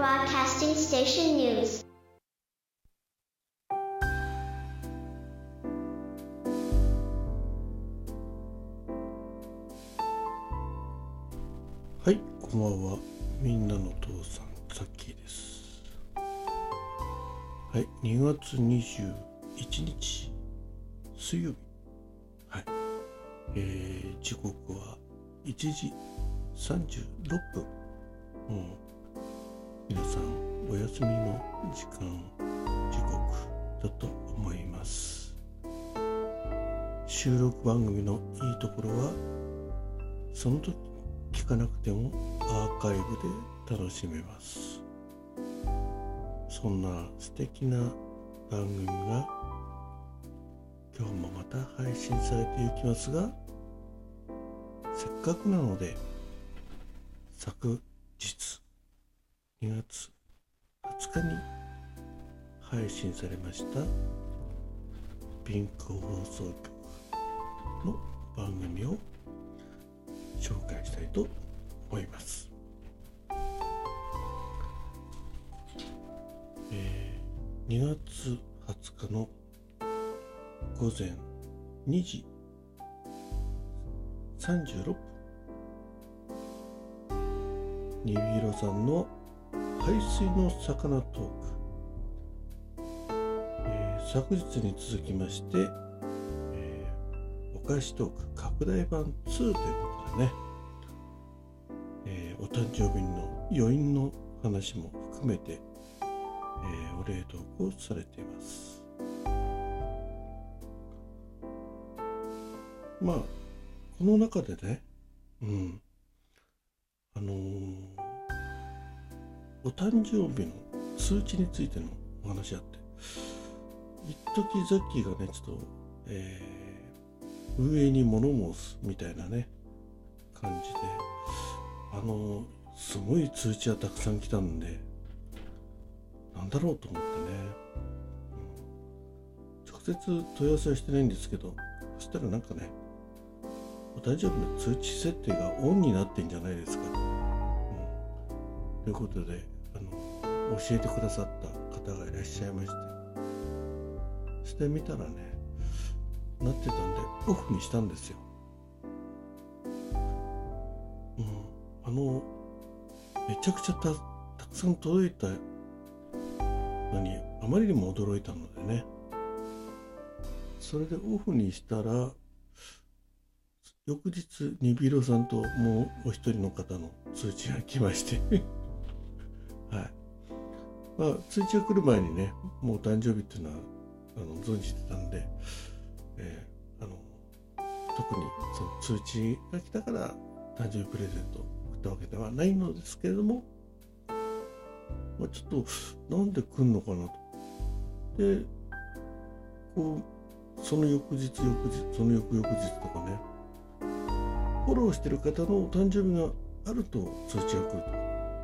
Broadcasting Station News. はい、こんばんは。みんなの父さん、ザッキーです。はい、2月21日水曜日。はい、時刻は1時36分。皆さんお休みの時刻だと思います。収録番組のいいところは、その時聞かなくてもアーカイブで楽しめます。そんな素敵な番組が今日もまた配信されていきますが、せっかくなので昨日2月20日に配信されましたピンク放送局の番組を紹介したいと思います。2月20日の午前2時36分、にびろさんの海水の魚トーク、昨日に続きまして、お菓子トーク拡大版2ということでね、お誕生日の余韻の話も含めて、お礼トークをされています。まあこの中でね、お誕生日の数値についてのお話あって、一時ザッキーがねちょっと、運営に物申すみたいなね感じですごい通知がたくさん来たんで、なんだろうと思ってね、直接問い合わせはしてないんですけど、そしたらなんかね、お誕生日の通知設定がオンになってんじゃないですか、ということで教えてくださった方がいらっしゃいまして、してみたらねなってたんでオフにしたんですよ。めちゃくちゃたくさん届いたのにあまりにも驚いたのでね、それでオフにしたら翌日にびろさんともうお一人の方の通知が来ましてはい、通知が来る前にねもうお誕生日っていうのは存じてたんで、特にその通知が来たから誕生日プレゼントを送ったわけではないのですけれども、ちょっとなんで来んのかなと。でこうその翌日その翌々日とかね、フォローしてる方のお誕生日があると通知が来る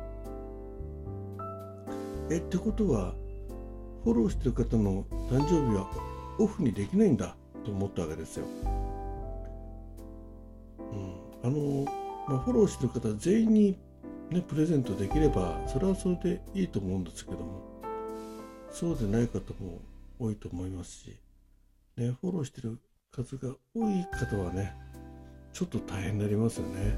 と。ってことはフォローしてる方の誕生日はオフにできないんだと思ったわけですよ。フォローしてる方全員に、ね、プレゼントできればそれはそれでいいと思うんですけども、そうでない方も多いと思いますし、ね、フォローしてる数が多い方はねちょっと大変になりますよね。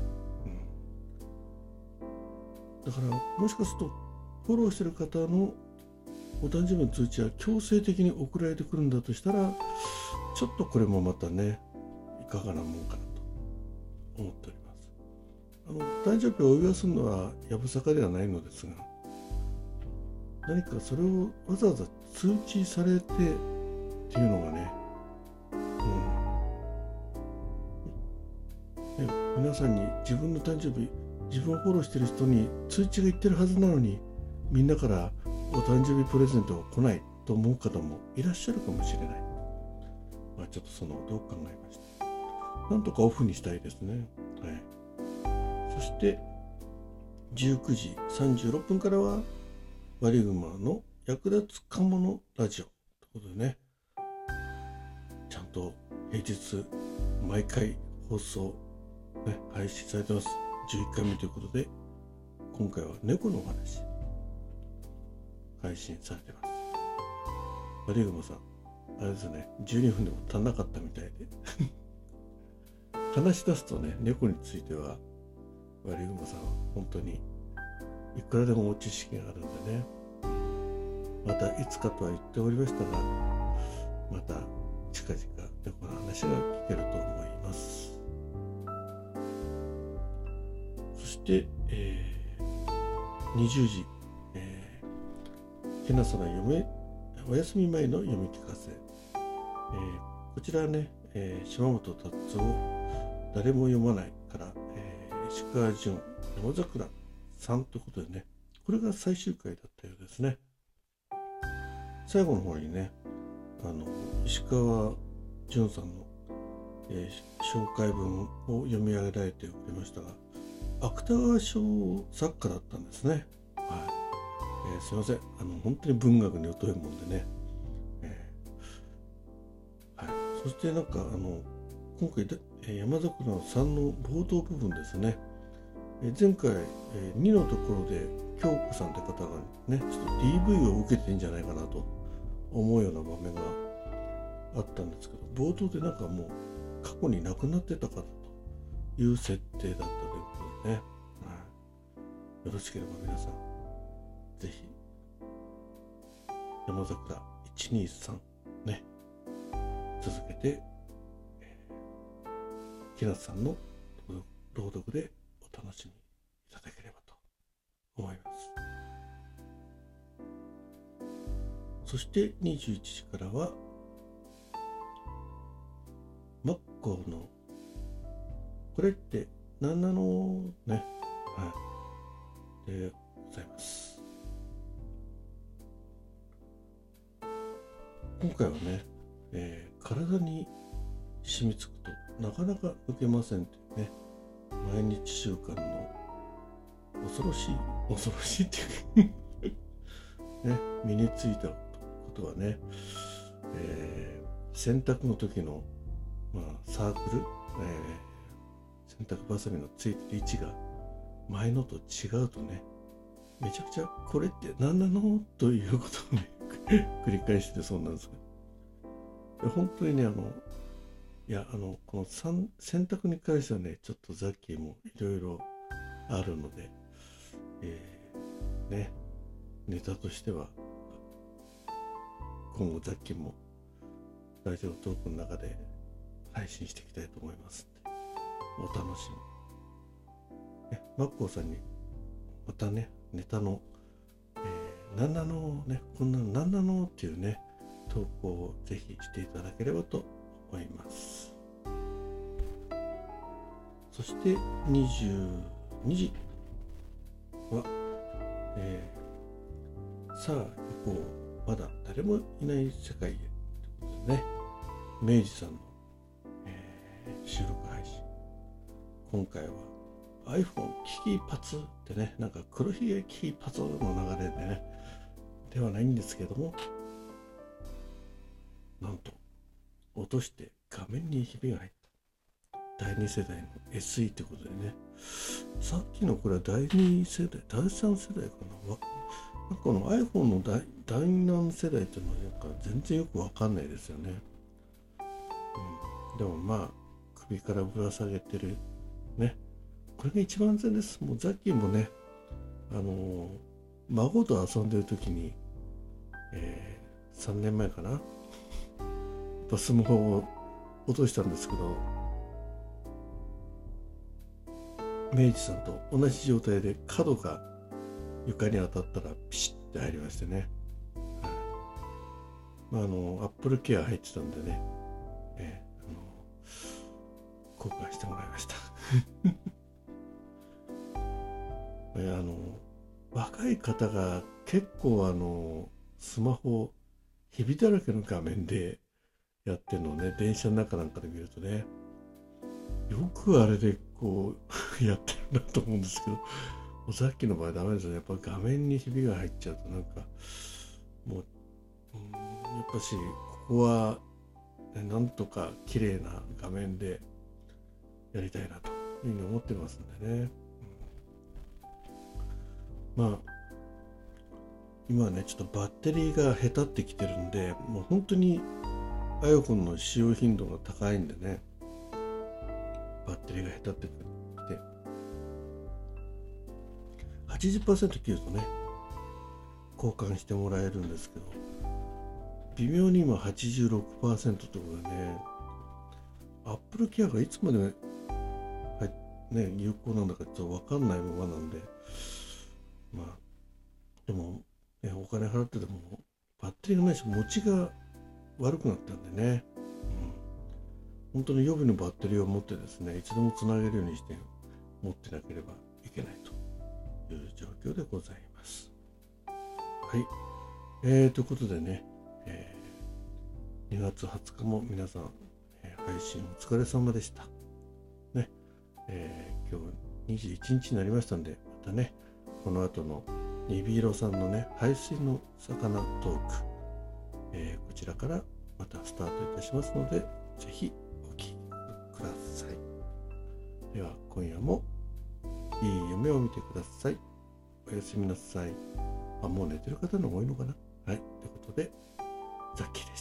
だからもしかするとフォローしてる方のお誕生日の通知は強制的に送られてくるんだとしたら、ちょっとこれもまたねいかがなもんかなと思っております。誕生日をお祝いするのはやぶさかではないのですが、何かそれをわざわざ通知されてっていうのがね、皆さんに自分の誕生日、自分をフォローしてる人に通知がいってるはずなのに、みんなからお誕生日プレゼントが来ないと思う方もいらっしゃるかもしれない。ちょっとそのことを考えました。なんとかオフにしたいですね。そして19時36分からはワリグマの役立つかものラジオということでね、ちゃんと平日毎回放送、配信されてます。11回目ということで、今回は猫のお話、 配信されてます。バリグマさん、あれですね、12分でも足んなかったみたいで話し出すとね、猫についてはバリグマさんは本当にいくらでも知識があるんでね、またいつかとは言っておりましたが、また近々猫の話が聞けると思います。そして、20時、けなさなお休み前の読み聞かせ、こちらはね、島本達夫誰も読まないから、石川淳山桜さんということでね、これが最終回だったようですね。最後の方にね、石川淳さんの、紹介文を読み上げられておりましたが、芥川賞作家だったんですね。はい。すいません、本当に文学に疎いもんでね、はい。そしてなんか今回山桜さんの冒頭部分ですね、前回、2のところで京子さんって方がね、ちょっと DV を受けてんじゃないかなと思うような場面があったんですけど、冒頭でなんかもう過去に亡くなってた方という設定だったということでね、はい、よろしければ皆さんぜひ山桜123ね、続けて、木梨さんの朗読でお楽しみいただければと思います。そして21時からはマッコーのこれって何なのね、はい、でございます。今回はね、体に染みつくとなかなか抜けませんというね、毎日習慣の恐ろしいっていうね、身についたことはね、洗濯の時の、サークル、洗濯バサミのついてる位置が前のと違うとね、めちゃくちゃこれって何なのということをね繰り返してそうなんですが、本当にね、この洗濯に関してはね、ちょっとザッキーもいろいろあるので、ね、ネタとしては今後ザッキーもラジオトークの中で配信していきたいと思いますので、お楽しみ、マッコーさんにまたね、ネタの、何なのね、こんなの何なのっていうね、投稿をぜひしていただければと思います。そして22時は、さあ行こう、まだ誰もいない世界へということでね、明治さんの、収録配信、今回は iPhone 危機一髪ってね、なんか黒ひげ危機一髪の流れでねではないんですけども、なんと落として画面にひびが入った第2世代の SE ということでね、さっきのこれは第2世代第3世代かな、この iPhone の第何世代っていうのはなんか全然よくわかんないですよね、でもまあ首からぶら下げてるね、これが一番安全です。もうザッキーもね、孫と遊んでる時に、3年前かな、スマホを落としたんですけど、明治さんと同じ状態で角が床に当たったらピシッて入りましてね、アップルケア入ってたんでね、交換してもらいました若い方が結構スマホひびだらけの画面でやってるのをね、電車の中なんかで見るとね、よくあれでこうやってるなと思うんですけど、さっきの場合ダメですよね。やっぱ画面にひびが入っちゃうとなんかもう、やっぱしここは、なんとか綺麗な画面でやりたいなというふうに思ってますんでね、 今はねちょっとバッテリーがへたってきてるんで、もう本当にあよくんの使用頻度が高いんでね、バッテリーがへたってきて 80% 切るとね交換してもらえるんですけど、微妙に今 86% ということでね、Apple Care がいつまで有効なんだかちょっと分かんないままなんで、まあでも、ね、お金払っててもバッテリーがないし持ちが悪くなったんでね、本当に予備のバッテリーを持ってですね、いつでもつなげるようにして持ってなければいけないという状況でございます。はい、ということでね、2月20日も皆さん、配信お疲れ様でした。ね、今日21日になりましたんで、またね、この後のニビーロさんのね、排水の魚トーク、こちらからまたスタートいたしますので、ぜひお聞きください。では今夜もいい夢を見てください。おやすみなさい。もう寝てる方の方が多いのかな。はい、ということでザッキーです。